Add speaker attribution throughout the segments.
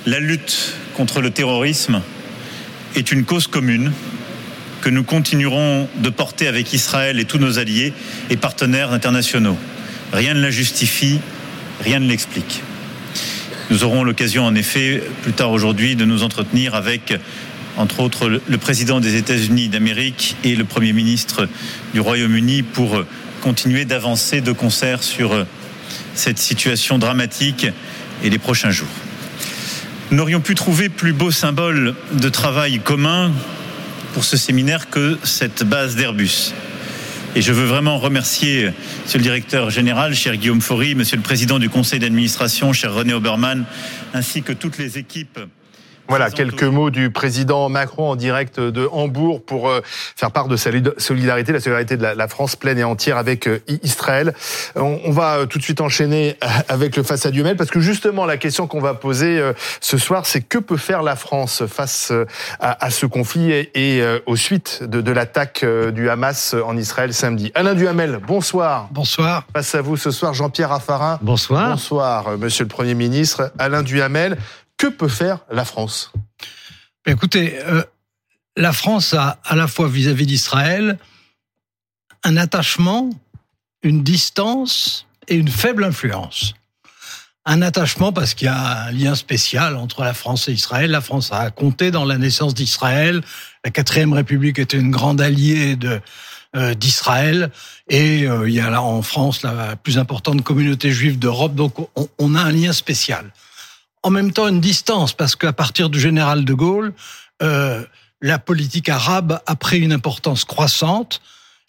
Speaker 1: La lutte contre le terrorisme est une cause commune que nous continuerons de porter avec Israël et tous nos alliés et partenaires internationaux. Rien ne la justifie, rien ne l'explique. Nous aurons l'occasion, en effet, plus tard aujourd'hui, de nous entretenir avec, entre autres, le président des États-Unis d'Amérique et le Premier ministre du Royaume-Uni pour continuer d'avancer de concert sur cette situation dramatique et les prochains jours. Nous n'aurions pu trouver plus beau symbole de travail commun pour ce séminaire que cette base d'Airbus. Et je veux vraiment remercier Monsieur le directeur général, cher Guillaume Faury, Monsieur le président du conseil d'administration, cher René Obermann, ainsi que toutes les équipes.
Speaker 2: Voilà, quelques mots du président Macron en direct de Hambourg pour faire part de sa solidarité, la solidarité de la France pleine et entière avec Israël. On va tout de suite enchaîner avec le face à Duhamel, parce que justement la question qu'on va poser ce soir, c'est que peut faire la France face à ce conflit et aux suites de l'attaque du Hamas en Israël samedi. Alain Duhamel, bonsoir.
Speaker 3: Bonsoir.
Speaker 2: Face à vous ce soir, Jean-Pierre Raffarin.
Speaker 3: Bonsoir.
Speaker 2: Bonsoir, Monsieur le Premier ministre. Alain Duhamel. Que peut faire la France ?
Speaker 3: Écoutez, la France a à la fois vis-à-vis d'Israël un attachement, une distance et une faible influence. Un attachement parce qu'il y a un lien spécial entre la France et Israël. La France a compté dans la naissance d'Israël. La 4e République était une grande alliée d'Israël. Et il y a là en France la plus importante communauté juive d'Europe. Donc on a un lien spécial. En même temps, une distance, parce qu'à partir du général de Gaulle, la politique arabe a pris une importance croissante,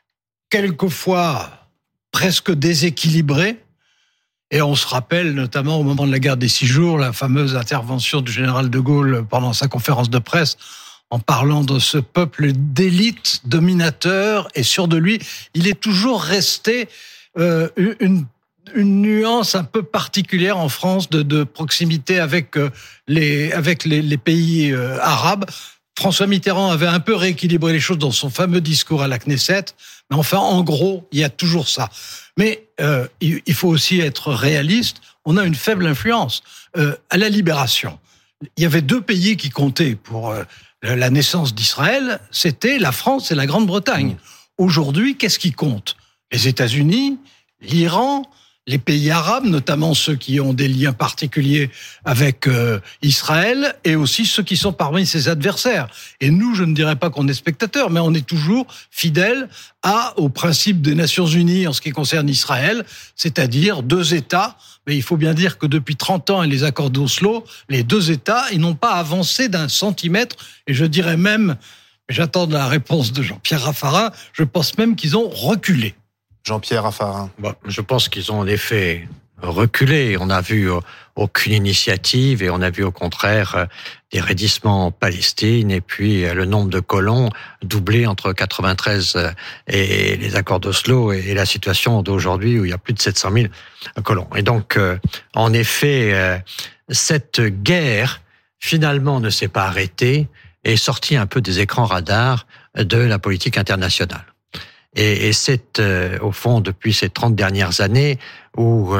Speaker 3: quelquefois presque déséquilibrée. Et on se rappelle, notamment au moment de la guerre des 6 jours, la fameuse intervention du général de Gaulle pendant sa conférence de presse, en parlant de ce peuple d'élite, dominateur et sûr de lui. Il est toujours resté une nuance un peu particulière en France de proximité avec les pays arabes. François Mitterrand avait un peu rééquilibré les choses dans son fameux discours à la Knesset, mais enfin, en gros, il y a toujours ça. Mais il faut aussi être réaliste, on a une faible influence. À la Libération, il y avait 2 pays qui comptaient pour la naissance d'Israël, c'était la France et la Grande-Bretagne. Aujourd'hui, qu'est-ce qui compte ? Les États-Unis, l'Iran, les pays arabes, notamment ceux qui ont des liens particuliers avec Israël, et aussi ceux qui sont parmi ses adversaires. Et nous, je ne dirais pas qu'on est spectateurs, mais on est toujours fidèles au principe des Nations Unies en ce qui concerne Israël, c'est-à-dire 2 États. Mais il faut bien dire que depuis 30 ans et les accords d'Oslo, les 2 États, ils n'ont pas avancé d'un centimètre, et je dirais même, j'attends la réponse de Jean-Pierre Raffarin, je pense même qu'ils ont reculé.
Speaker 2: Jean-Pierre Raffarin.
Speaker 4: Je pense qu'ils ont en effet reculé. On n'a vu aucune initiative et on a vu au contraire des raidissements en Palestine et puis le nombre de colons doublé entre 93 et les accords d'Oslo et la situation d'aujourd'hui où il y a plus de 700 000 colons. Et donc, en effet, cette guerre finalement ne s'est pas arrêtée et est sortie un peu des écrans radars de la politique internationale. Et c'est, au fond, depuis ces 30 dernières années, où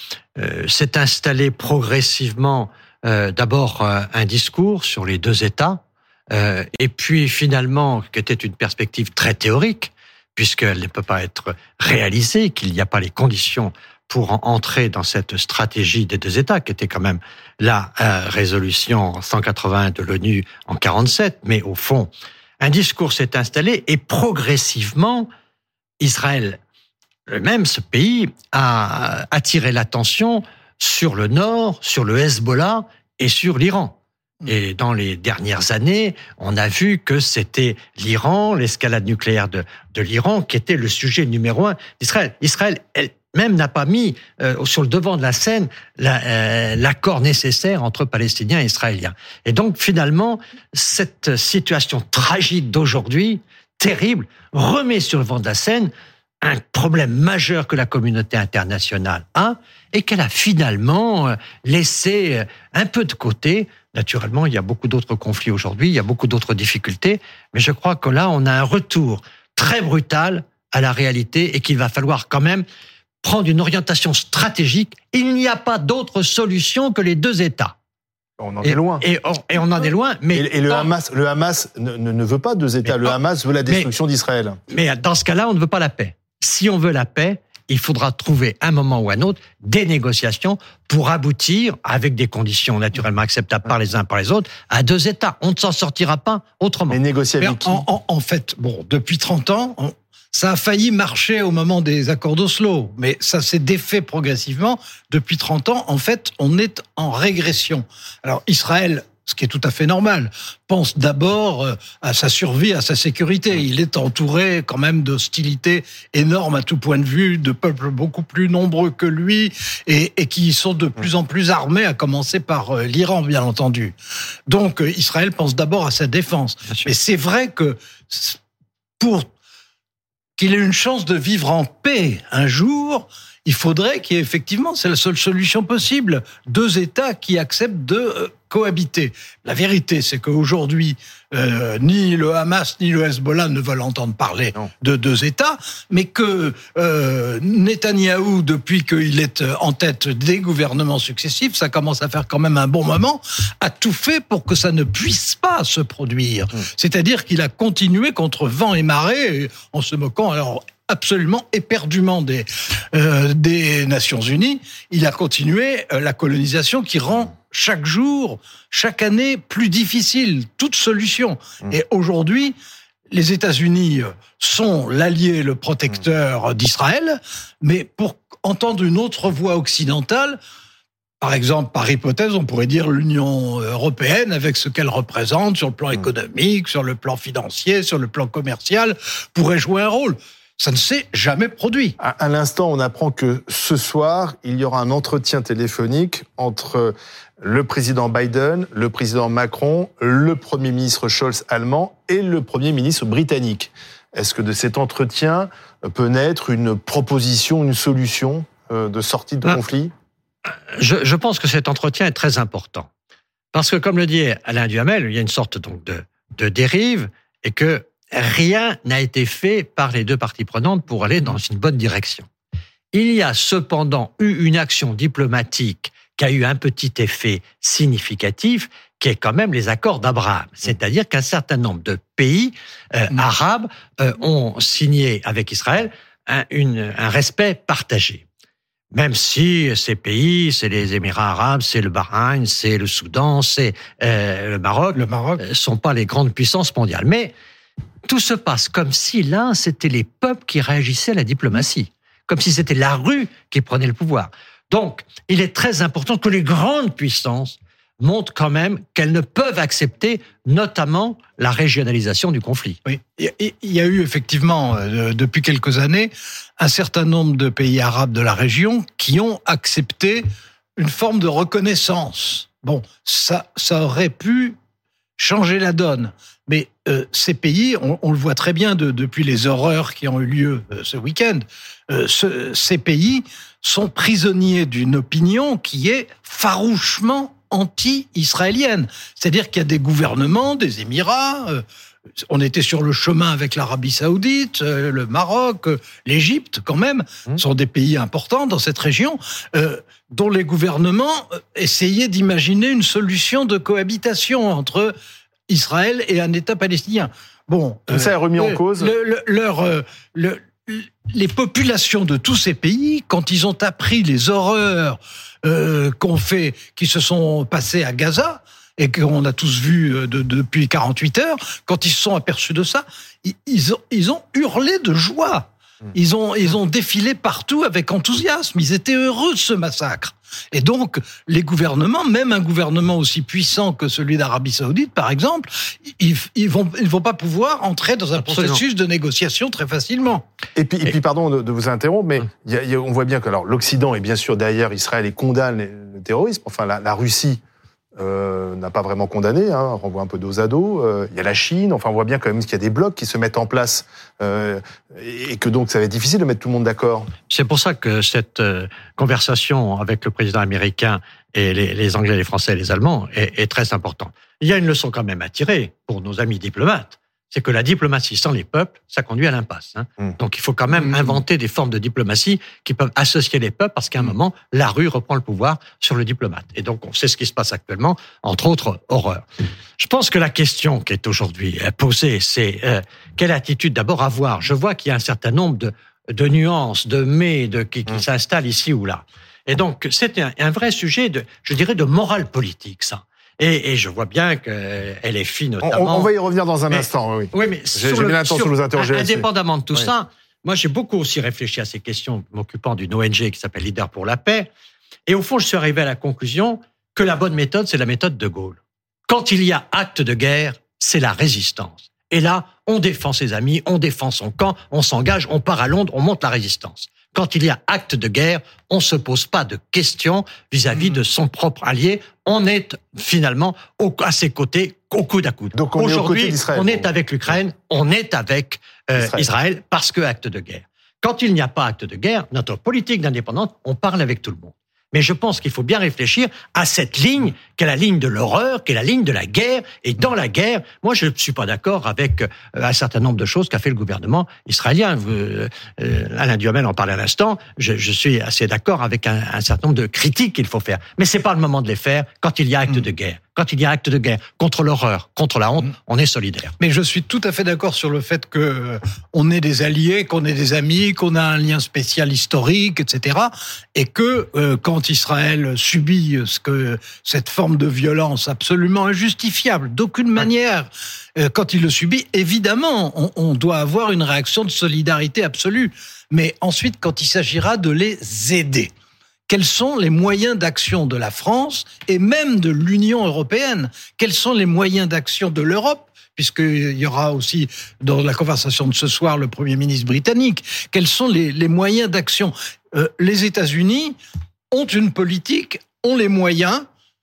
Speaker 4: s'est installé progressivement d'abord un discours sur les 2 États, et puis finalement, qui était une perspective très théorique, puisqu'elle ne peut pas être réalisée, qu'il n'y a pas les conditions pour entrer dans cette stratégie des 2 États, qui était quand même la résolution 181 de l'ONU en 47, mais au fond, un discours s'est installé et progressivement, Israël, même ce pays, a attiré l'attention sur le Nord, sur le Hezbollah et sur l'Iran. Et dans les dernières années, on a vu que c'était l'Iran, l'escalade nucléaire de l'Iran, qui était le sujet numéro 1 d'Israël. Israël, elle-même, n'a pas mis sur le devant de la scène l'accord nécessaire entre Palestiniens et Israéliens. Et donc, finalement, cette situation tragique d'aujourd'hui, terrible, remet sur le devant de la scène un problème majeur que la communauté internationale a et qu'elle a finalement laissé un peu de côté. Naturellement, il y a beaucoup d'autres conflits aujourd'hui, il y a beaucoup d'autres difficultés, mais je crois que là, on a un retour très brutal à la réalité et qu'il va falloir quand même prendre une orientation stratégique. Il n'y a pas d'autre solution que les 2 États.
Speaker 2: On en est loin.
Speaker 4: Et on en est loin. Mais
Speaker 2: et le Hamas ne veut pas 2 États. Le Hamas veut la destruction d'Israël.
Speaker 4: Mais dans ce cas-là, on ne veut pas la paix. Si on veut la paix, il faudra trouver un moment ou un autre des négociations pour aboutir, avec des conditions naturellement acceptables par les uns par les autres, à 2 États. On ne s'en sortira pas autrement.
Speaker 2: Mais négocier avec qui ?
Speaker 3: En fait, depuis 30 ans, ça a failli marcher au moment des accords d'Oslo, mais ça s'est défait progressivement. Depuis 30 ans, en fait, on est en régression. Alors, Israël, ce qui est tout à fait normal, pense d'abord à sa survie, à sa sécurité. Il est entouré quand même d'hostilités énormes à tout point de vue, de peuples beaucoup plus nombreux que lui et qui sont de plus en plus armés, à commencer par l'Iran, bien entendu. Donc, Israël pense d'abord à sa défense. Mais c'est vrai que pour qu'il ait une chance de vivre en paix un jour, il faudrait qu'il y ait effectivement, c'est la seule solution possible, 2 États qui acceptent de cohabiter. La vérité, c'est qu'aujourd'hui, ni le Hamas ni le Hezbollah ne veulent entendre parler de 2 États, mais que Netanyahou, depuis qu'il est en tête des gouvernements successifs, ça commence à faire quand même un bon moment, a tout fait pour que ça ne puisse pas se produire. C'est-à-dire qu'il a continué contre vent et marée, en se moquant alors absolument éperdument des Nations Unies. Il a continué la colonisation qui rend chaque jour, chaque année plus difficile toute solution. Et aujourd'hui, les États-Unis sont l'allié, le protecteur d'Israël, mais pour entendre une autre voix occidentale, par exemple, par hypothèse, on pourrait dire l'Union européenne, avec ce qu'elle représente sur le plan économique, sur le plan financier, sur le plan commercial, pourrait jouer un rôle. Ça ne s'est jamais produit.
Speaker 2: À l'instant, on apprend que ce soir, il y aura un entretien téléphonique entre le président Biden, le président Macron, le Premier ministre Scholz allemand et le Premier ministre britannique. Est-ce que de cet entretien peut naître une proposition, une solution de sortie de conflit ?
Speaker 4: Je pense que cet entretien est très important. Parce que, comme le dit Alain Duhamel, il y a une sorte donc de dérive et que rien n'a été fait par les 2 parties prenantes pour aller dans une bonne direction. Il y a cependant eu une action diplomatique qui a eu un petit effet significatif, qui est quand même les accords d'Abraham. C'est-à-dire qu'un certain nombre de pays arabes ont signé avec Israël un respect partagé. Même si ces pays, c'est les Émirats arabes, c'est le Bahreïn, c'est le Soudan, c'est le Maroc, sont pas les grandes puissances mondiales. Mais tout se passe comme si là, c'était les peuples qui réagissaient à la diplomatie, comme si c'était la rue qui prenait le pouvoir. Donc, il est très important que les grandes puissances montrent quand même qu'elles ne peuvent accepter notamment la régionalisation du conflit.
Speaker 3: Oui, il y a eu effectivement, depuis quelques années, un certain nombre de pays arabes de la région qui ont accepté une forme de reconnaissance. Bon, ça aurait pu changer la donne. Mais ces pays, on le voit très bien depuis les horreurs qui ont eu lieu ce week-end, ces pays sont prisonniers d'une opinion qui est farouchement anti-israélienne. C'est-à-dire qu'il y a des gouvernements, des Émirats, on était sur le chemin avec l'Arabie Saoudite, le Maroc, l'Égypte quand même, sont des pays importants dans cette région, dont les gouvernements essayaient d'imaginer une solution de cohabitation entre Israël et un État palestinien. Bon,
Speaker 2: ça a remis en cause
Speaker 3: les populations de tous ces pays, quand ils ont appris les horreurs qui se sont passées à Gaza et qu'on a tous vu depuis 48 heures, quand ils se sont aperçus de ça, ils ont hurlé de joie. Ils ont défilé partout avec enthousiasme. Ils étaient heureux de ce massacre. Et donc, les gouvernements, même un gouvernement aussi puissant que celui d'Arabie Saoudite, par exemple, ils vont pas pouvoir entrer dans un processus de négociation très facilement.
Speaker 2: Et puis, pardon de vous interrompre, mais on voit bien que l'Occident est bien sûr derrière Israël et condamne le terrorisme. Enfin, la Russie n'a pas vraiment condamné, renvoie un peu dos à dos. Il y a la Chine, enfin on voit bien quand même qu'il y a des blocs qui se mettent en place et que donc ça va être difficile de mettre tout le monde d'accord.
Speaker 4: C'est pour ça que cette conversation avec le président américain et les Anglais, les Français et les Allemands est très importante. Il y a une leçon quand même à tirer pour nos amis diplomates, c'est que la diplomatie sans les peuples, ça conduit à l'impasse. Donc il faut quand même inventer des formes de diplomatie qui peuvent associer les peuples, parce qu'à un moment, la rue reprend le pouvoir sur le diplomate. Et donc on sait ce qui se passe actuellement, entre autres horreurs. Je pense que la question qui est aujourd'hui posée, c'est quelle attitude d'abord avoir. Je vois qu'il y a un certain nombre de nuances, qui s'installent ici ou là. Et donc c'est un vrai sujet de morale politique, ça. Et je vois bien que LFI notamment.
Speaker 2: On va y revenir dans un instant. Oui,
Speaker 4: mais
Speaker 2: j'ai bien l'intention de vous interroger.
Speaker 4: Indépendamment de tout ça, moi j'ai beaucoup aussi réfléchi à ces questions, m'occupant d'une ONG qui s'appelle Leader pour la paix. Et au fond, je suis arrivé à la conclusion que la bonne méthode, c'est la méthode de Gaulle. Quand il y a acte de guerre, c'est la résistance. Et là, on défend ses amis, on défend son camp, on s'engage, on part à Londres, on monte la résistance. Quand il y a acte de guerre, on se pose pas de questions vis-à-vis de son propre allié. On est finalement à ses côtés, au coude à coude.
Speaker 2: Donc
Speaker 4: aujourd'hui, on est avec l'Ukraine, on est avec Israël parce que acte de guerre. Quand il n'y a pas acte de guerre, notre politique d'indépendance, on parle avec tout le monde. Mais je pense qu'il faut bien réfléchir à cette ligne, qui est la ligne de l'horreur, qui est la ligne de la guerre. Et dans la guerre, moi, je ne suis pas d'accord avec un certain nombre de choses qu'a fait le gouvernement israélien. Alain Duhamel en parlait à l'instant. Je suis assez d'accord avec un certain nombre de critiques qu'il faut faire. Mais c'est pas le moment de les faire quand il y a acte de guerre. Quand il y a acte de guerre contre l'horreur, contre la honte, on est solidaire.
Speaker 3: Mais je suis tout à fait d'accord sur le fait que on est des alliés, qu'on est des amis, qu'on a un lien spécial historique, etc. Et que quand Israël subit cette forme de violence absolument injustifiable, d'aucune manière, quand il le subit, évidemment, on doit avoir une réaction de solidarité absolue. Mais ensuite, quand il s'agira de les aider, quels sont les moyens d'action de la France et même de l'Union européenne? Quels sont les moyens d'action de l'Europe? Puisqu'il y aura aussi, dans la conversation de ce soir, le Premier ministre britannique. Quels sont les moyens d'action? Les États-Unis ont une politique, ont les moyens.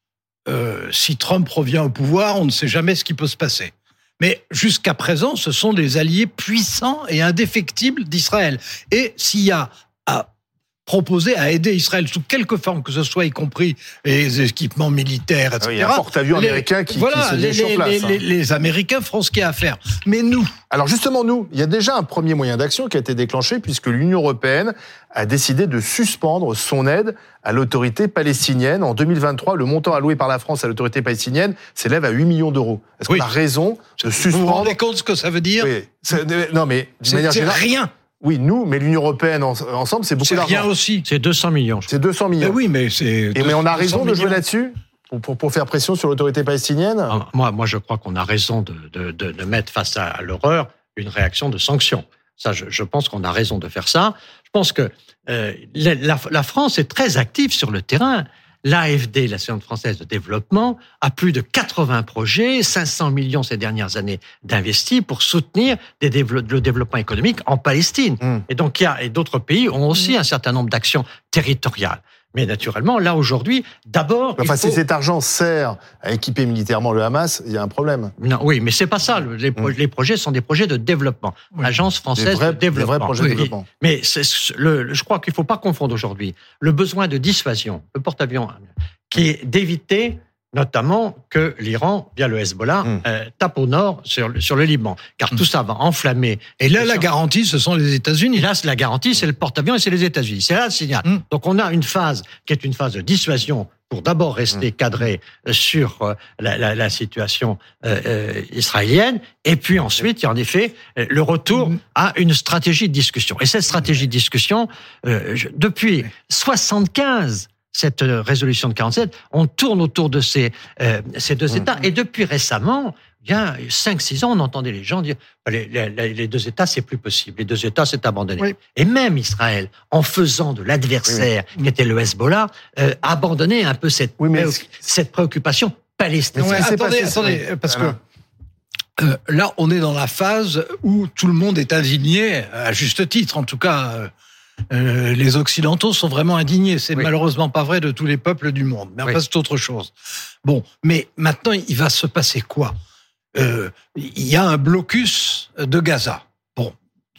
Speaker 3: Si Trump revient au pouvoir, on ne sait jamais ce qui peut se passer. Mais jusqu'à présent, ce sont des alliés puissants et indéfectibles d'Israël. Et s'il y a à proposer à aider Israël sous quelque forme que ce soit, y compris les équipements militaires, etc.
Speaker 2: Il y a un porte-avions américain qui se met sur place.
Speaker 3: Les Américains feront ce qu'il y a à faire. Mais nous...
Speaker 2: Alors justement, il y a déjà un premier moyen d'action qui a été déclenché puisque l'Union européenne a décidé de suspendre son aide à l'autorité palestinienne. En 2023, le montant alloué par la France à l'autorité palestinienne s'élève à 8 millions d'euros. Est-ce qu'on a raison de suspendre...
Speaker 3: Vous vous rendez compte ce que ça veut dire?
Speaker 2: Non, mais d'une manière générale...
Speaker 3: C'est rien.
Speaker 2: Oui, nous, mais l'Union européenne ensemble, c'est beaucoup d'argent.
Speaker 3: C'est rien aussi.
Speaker 4: C'est 200 millions.
Speaker 2: C'est 200 millions.
Speaker 3: Mais oui, mais c'est...
Speaker 2: Mais on a raison de jouer là-dessus pour faire pression sur l'autorité palestinienne?
Speaker 4: Moi, je crois qu'on a raison de mettre face à l'horreur une réaction de sanctions. Ça, je pense qu'on a raison de faire ça. Je pense que la France est très active sur le terrain. L'AFD, l'Association française de développement, a plus de 80 projets, 500 millions ces dernières années d'investis pour soutenir le développement économique en Palestine. Et donc, et d'autres pays ont aussi un certain nombre d'actions territoriales. Mais naturellement, là, aujourd'hui, d'abord...
Speaker 2: si cet argent sert à équiper militairement le Hamas, il y a un problème.
Speaker 4: Non, oui, mais c'est pas ça. Les projets sont des projets de développement. Oui. Agence française de développement.
Speaker 2: Des vrais projets de développement.
Speaker 4: Mais je crois qu'il faut pas confondre aujourd'hui le besoin de dissuasion, le porte-avions, qui est d'éviter notamment que l'Iran, via le Hezbollah, tape au nord sur le Liban. Car tout ça va enflammer.
Speaker 3: Et là, la garantie, ce sont les États-Unis.
Speaker 4: Et là, la garantie, c'est le porte-avions et c'est les États-Unis. C'est là le signal. Donc, on a une phase qui est une phase de dissuasion pour d'abord rester cadré sur la situation israélienne. Et puis ensuite, il y a en effet le retour à une stratégie de discussion. Et cette stratégie de discussion, depuis 75, cette résolution de 47, on tourne autour de ces deux États. Et depuis récemment, il y a 5-6 ans, on entendait les gens dire les deux États, c'est plus possible. Les deux États, c'est abandonné. Oui. Et même Israël, en faisant de l'adversaire, qui était le Hezbollah, abandonné un peu cette préoccupation palestinienne.
Speaker 3: Attendez, parce que là, on est dans la phase où tout le monde est indigné, à juste titre, en tout cas... les Occidentaux sont vraiment indignés. C'est malheureusement pas vrai de tous les peuples du monde. Mais enfin, c'est autre chose. Bon, mais maintenant, il va se passer quoi? Il y a un blocus de Gaza. Bon,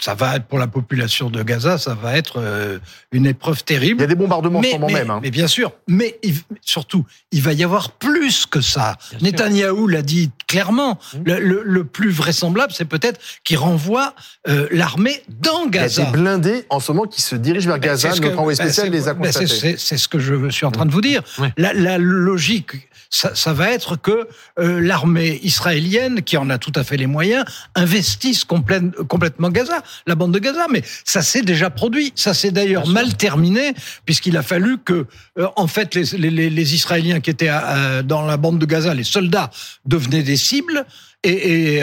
Speaker 3: ça va être pour la population de Gaza, ça va être une épreuve terrible.
Speaker 2: Il y a des bombardements en ce moment même.
Speaker 3: Mais bien sûr, mais surtout, il va y avoir plus que ça. Netanyahou l'a dit clairement. Le plus vraisemblable, c'est peut-être qu'il renvoie l'armée dans Gaza.
Speaker 2: Il y a des blindés en ce moment qui se dirigent vers Gaza. Notre envoyé spécial les a constatés.
Speaker 3: C'est ce que je suis en train de vous dire.
Speaker 4: Ouais.
Speaker 3: La logique, ça va être que l'armée israélienne, qui en a tout à fait les moyens, investisse complètement Gaza, la bande de Gaza. Mais ça s'est déjà produit. Ça s'est d'ailleurs mal terminé, puisqu'il a fallu que, en fait, les Israéliens qui étaient dans la bande de Gaza, les soldats, devenaient des cibles et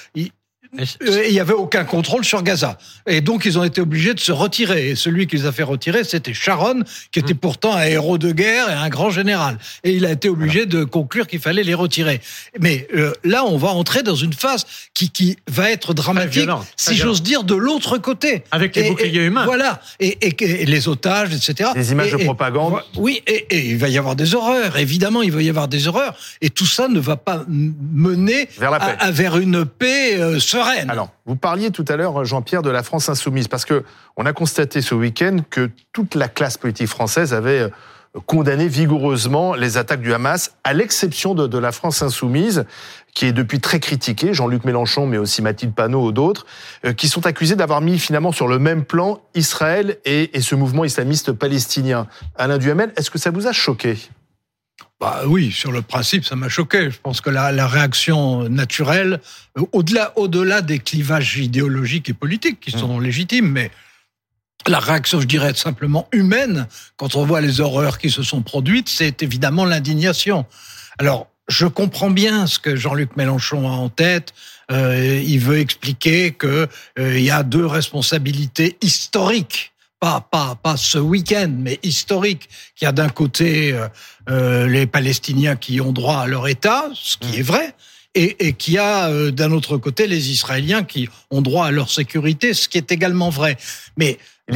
Speaker 3: il n'y avait aucun contrôle sur Gaza. Et donc, ils ont été obligés de se retirer. Et celui qui les a fait retirer, c'était Sharon, qui était pourtant un héros de guerre et un grand général. Et il a été obligé de conclure qu'il fallait les retirer. Mais là, on va entrer dans une phase qui va être dramatique, si j'ose dire, de l'autre côté.
Speaker 4: Avec les boucliers humains.
Speaker 3: Voilà. Et les otages, etc.
Speaker 2: Des images de propagande.
Speaker 3: Oui, et il va y avoir des horreurs. Évidemment, il va y avoir des horreurs. Et tout ça ne va pas mener
Speaker 2: vers la paix.
Speaker 3: vers une paix sereine.
Speaker 2: Alors, vous parliez tout à l'heure, Jean-Pierre, de la France insoumise, parce que on a constaté ce week-end que toute la classe politique française avait condamné vigoureusement les attaques du Hamas, à l'exception de la France insoumise, qui est depuis très critiquée, Jean-Luc Mélenchon, mais aussi Mathilde Panot ou d'autres, qui sont accusés d'avoir mis finalement sur le même plan Israël et ce mouvement islamiste palestinien. Alain Duhamel, est-ce que ça vous a choqué ?
Speaker 3: Bah oui, sur le principe, ça m'a choqué. Je pense que la réaction naturelle, au-delà des clivages idéologiques et politiques qui sont légitimes, mais la réaction, je dirais, simplement humaine, quand on voit les horreurs qui se sont produites, c'est évidemment l'indignation. Alors, je comprends bien ce que Jean-Luc Mélenchon a en tête. Il veut expliquer que il y a deux responsabilités historiques. Pas ce week-end, mais historique, qu'il y a d'un côté les Palestiniens qui ont droit à leur État, ce qui est vrai, et qu'il y a d'un autre côté les Israéliens qui ont droit à leur sécurité, ce qui est également vrai. Mais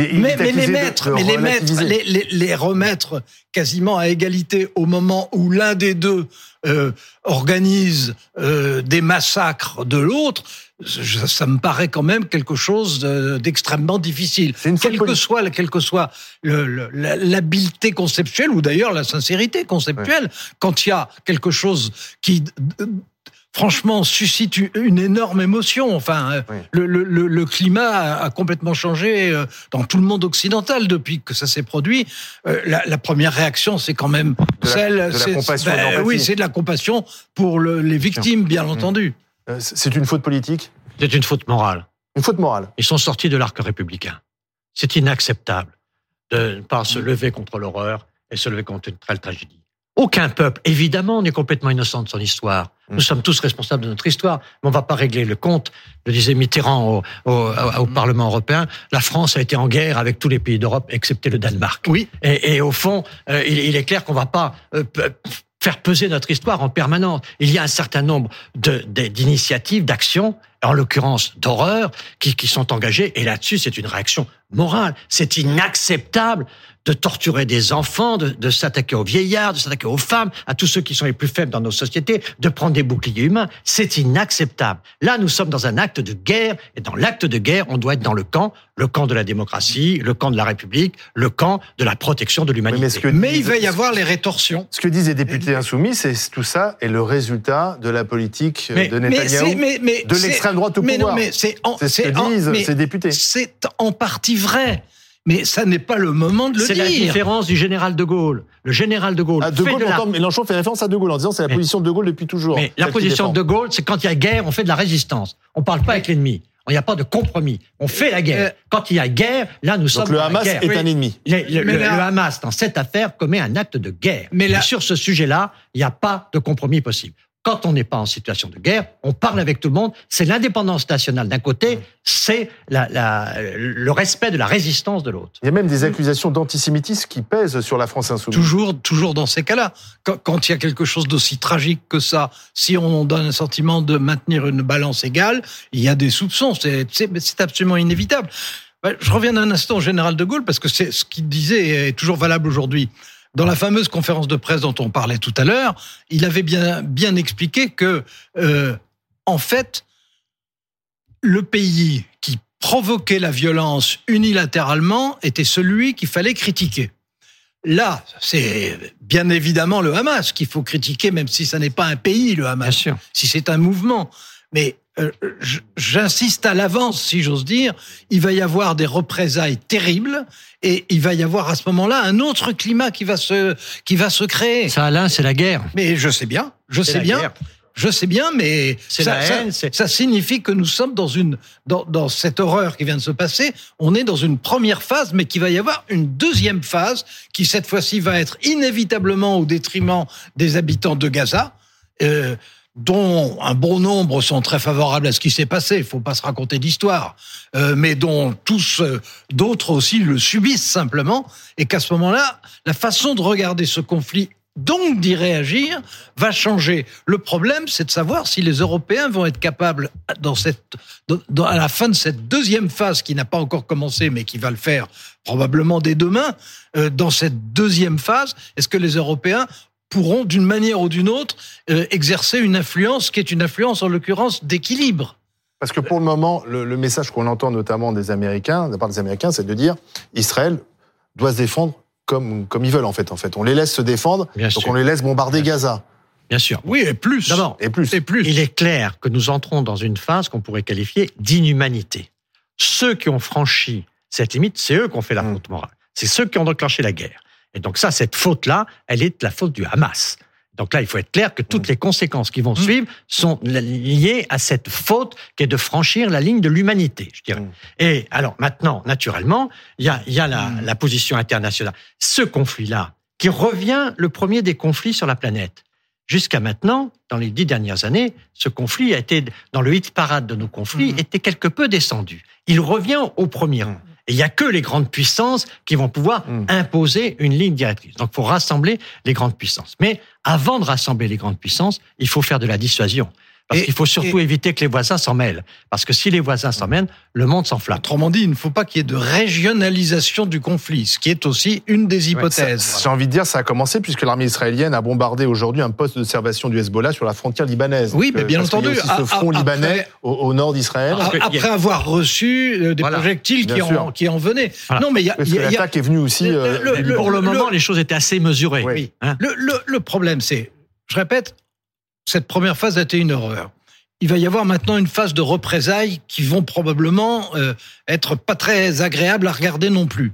Speaker 3: les remettre quasiment à égalité au moment où l'un des deux organise des massacres de l'autre, ça me paraît quand même quelque chose d'extrêmement difficile. Quelle que soit l'habileté conceptuelle ou d'ailleurs la sincérité conceptuelle, quand il y a quelque chose qui franchement suscite une énorme émotion. Enfin, le climat a complètement changé dans tout le monde occidental depuis que ça s'est produit. La première réaction, c'est quand même
Speaker 2: de la compassion.
Speaker 3: Oui, c'est de la compassion pour les victimes, bien entendu.
Speaker 2: C'est une faute politique ?
Speaker 4: C'est une faute morale.
Speaker 2: Une faute morale.
Speaker 4: Ils sont sortis de l'arc républicain. C'est inacceptable de ne pas se lever contre l'horreur et se lever contre une telle tragédie. Aucun peuple, évidemment, n'est complètement innocent de son histoire. Nous sommes tous responsables de notre histoire, mais on ne va pas régler le compte. Le disait Mitterrand au Parlement européen, la France a été en guerre avec tous les pays d'Europe, excepté le Danemark.
Speaker 3: Oui.
Speaker 4: Et au fond, il est clair qu'on ne va pas faire peser notre histoire en permanence. Il y a un certain nombre d'initiatives, d'actions, en l'occurrence d'horreur, qui sont engagées. Et là-dessus, c'est une réaction morale. C'est inacceptable de torturer des enfants, de s'attaquer aux vieillards, de s'attaquer aux femmes, à tous ceux qui sont les plus faibles dans nos sociétés, de prendre des boucliers humains. C'est inacceptable. Là, nous sommes dans un acte de guerre, et dans l'acte de guerre, on doit être dans le camp de la démocratie, le camp de la République, le camp de la protection de l'humanité.
Speaker 3: Mais il va y avoir les rétorsions.
Speaker 2: Ce que disent les députés insoumis, c'est tout ça est le résultat de la politique de Netanyahou, de l'extrême droite au pouvoir. C'est ce que disent ces députés.
Speaker 3: C'est en partie vrai. Mais ça n'est pas le moment de le dire.
Speaker 4: C'est la différence du général de Gaulle. Le général de Gaulle.
Speaker 2: Mélenchon fait référence à de Gaulle en disant c'est la position de Gaulle depuis toujours.
Speaker 4: Mais la position de Gaulle, c'est quand il y a guerre, on fait de la résistance. On ne parle pas avec l'ennemi. Il n'y a pas de compromis. On fait la guerre. Quand il y a guerre, là, nous sommes dans la guerre.
Speaker 2: Donc le Hamas est un ennemi.
Speaker 4: Le Hamas, dans cette affaire, commet un acte de guerre. Mais sur ce sujet-là, il n'y a pas de compromis possible. Quand on n'est pas en situation de guerre, on parle avec tout le monde. C'est l'indépendance nationale d'un côté, c'est le respect de la résistance de l'autre.
Speaker 2: Il y a même des accusations d'antisémitisme qui pèsent sur la France insoumise.
Speaker 3: Toujours dans ces cas-là. Quand il y a quelque chose d'aussi tragique que ça, si on donne un sentiment de maintenir une balance égale, il y a des soupçons. C'est absolument inévitable. Je reviens un instant au général de Gaulle parce que c'est ce qu'il disait est toujours valable aujourd'hui. Dans la fameuse conférence de presse dont on parlait tout à l'heure, il avait bien expliqué que, en fait, le pays qui provoquer la violence unilatéralement était celui qu'il fallait critiquer. Là, c'est bien évidemment le Hamas qu'il faut critiquer, même si ça n'est pas un pays, le Hamas.
Speaker 4: Bien sûr.
Speaker 3: Si c'est un mouvement. Mais j'insiste à l'avance, si j'ose dire, il va y avoir des représailles terribles et il va y avoir à ce moment-là un autre climat qui va se créer.
Speaker 4: Ça, Alain, c'est la guerre.
Speaker 3: Mais je sais bien, mais ça signifie que nous sommes dans cette horreur qui vient de se passer. On est dans une première phase, mais qu'il va y avoir une deuxième phase qui, cette fois-ci, va être inévitablement au détriment des habitants de Gaza, dont un bon nombre sont très favorables à ce qui s'est passé. Il faut pas se raconter d'histoire, mais dont tous d'autres aussi le subissent simplement, et qu'à ce moment-là, la façon de regarder ce conflit, donc d'y réagir, va changer. Le problème, c'est de savoir si les Européens vont être capables, à la fin de cette deuxième phase qui n'a pas encore commencé, mais qui va le faire probablement dès demain, dans cette deuxième phase, est-ce que les Européens pourront, d'une manière ou d'une autre, exercer une influence qui est une influence, en l'occurrence, d'équilibre.
Speaker 2: Parce que pour le moment, le message qu'on entend notamment des Américains, de la part des Américains, c'est de dire Israël doit se défendre comme ils veulent, en fait. On les laisse se défendre,
Speaker 4: Bien
Speaker 2: donc
Speaker 4: sûr.
Speaker 2: on les laisse bombarder Gaza.
Speaker 4: Bien sûr.
Speaker 3: Oui, et plus.
Speaker 4: D'abord,
Speaker 2: Et plus.
Speaker 4: il est clair que nous entrons dans une phase qu'on pourrait qualifier d'inhumanité. Ceux qui ont franchi cette limite, c'est eux qui ont fait la faute morale. C'est ceux qui ont déclenché la guerre. Et donc ça, cette faute-là, elle est la faute du Hamas. Donc là, il faut être clair que toutes les conséquences qui vont suivre sont liées à cette faute qui est de franchir la ligne de l'humanité, je dirais. Et alors maintenant, naturellement, il y a la position internationale. Ce conflit-là, qui revient le premier des conflits sur la planète. Jusqu'à maintenant, dans les 10 dernières années, ce conflit a été, dans le hit-parade de nos conflits, était quelque peu descendu. Il revient au premier rang. Et il n'y a que les grandes puissances qui vont pouvoir imposer une ligne directrice. Donc, il faut rassembler les grandes puissances. Mais avant de rassembler les grandes puissances, il faut faire de la dissuasion. Parce qu'il faut surtout éviter que les voisins s'en mêlent. Parce que si les voisins s'en mêlent, le monde s'enflamme.
Speaker 3: Autrement dit, il ne faut pas qu'il y ait de régionalisation du conflit, ce qui est aussi une des hypothèses.
Speaker 2: J'ai envie de dire, ça a commencé puisque l'armée israélienne a bombardé aujourd'hui un poste d'observation du Hezbollah sur la frontière libanaise.
Speaker 3: Oui, mais bien entendu.
Speaker 2: Il y a aussi ce front libanais au nord d'Israël.
Speaker 3: Après avoir reçu des projectiles qui en venaient.
Speaker 2: Voilà.
Speaker 3: Non, mais
Speaker 2: parce que l'attaque est venue aussi...
Speaker 4: pour le moment, les choses étaient assez mesurées.
Speaker 2: Oui.
Speaker 4: Hein.
Speaker 3: Le problème, c'est, je répète, cette première phase a été une horreur. Il va y avoir maintenant une phase de représailles qui vont probablement être pas très agréables à regarder non plus.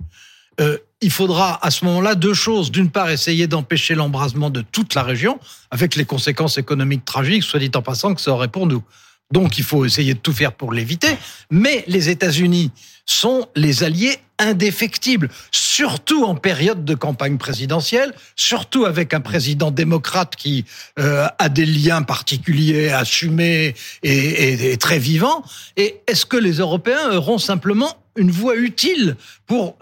Speaker 3: Il faudra à ce moment-là deux choses. D'une part, essayer d'empêcher l'embrasement de toute la région, avec les conséquences économiques tragiques, soit dit en passant, que ça aurait pour nous. Donc, il faut essayer de tout faire pour l'éviter. Mais les États-Unis sont les alliés indéfectibles, surtout en période de campagne présidentielle, surtout avec un président démocrate qui a des liens particuliers, assumés et très vivants. Et est-ce que les Européens auront simplement une voix utile pour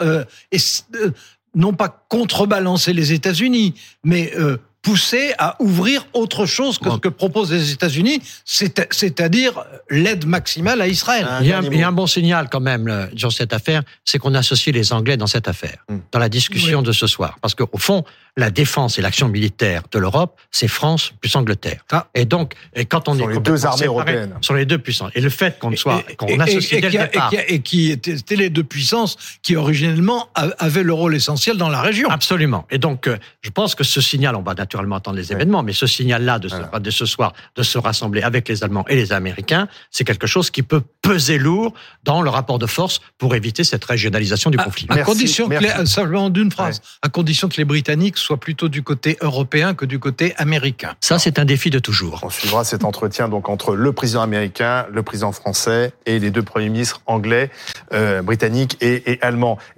Speaker 3: non pas contrebalancer les États-Unis, mais pousser à ouvrir autre chose que ce que proposent les États-Unis, c'est-à-dire l'aide maximale à Israël.
Speaker 4: Il y a un bon signal quand même dans cette affaire, c'est qu'on associe les Anglais dans cette affaire, dans la discussion de ce soir. Parce qu'au fond, la défense et l'action militaire de l'Europe, c'est France plus Angleterre. Et donc, quand on est
Speaker 2: sur les deux armées européennes,
Speaker 4: sur les deux puissances, et le fait qu'on associe dès le départ,
Speaker 3: et qui étaient les deux puissances qui originellement avaient le rôle essentiel dans la région.
Speaker 4: Absolument. Et donc, je pense que ce signal, on va naturellement attendre les événements, mais ce signal-là de ce soir, de se rassembler avec les Allemands et les Américains, c'est quelque chose qui peut peser lourd dans le rapport de force pour éviter cette régionalisation du conflit.
Speaker 3: À condition simplement d'une phrase, à condition que les Britanniques soient plutôt du côté européen que du côté américain.
Speaker 4: Ça, c'est un défi de toujours.
Speaker 2: On suivra cet entretien donc entre le président américain, le président français et les deux premiers ministres anglais, britanniques et allemands.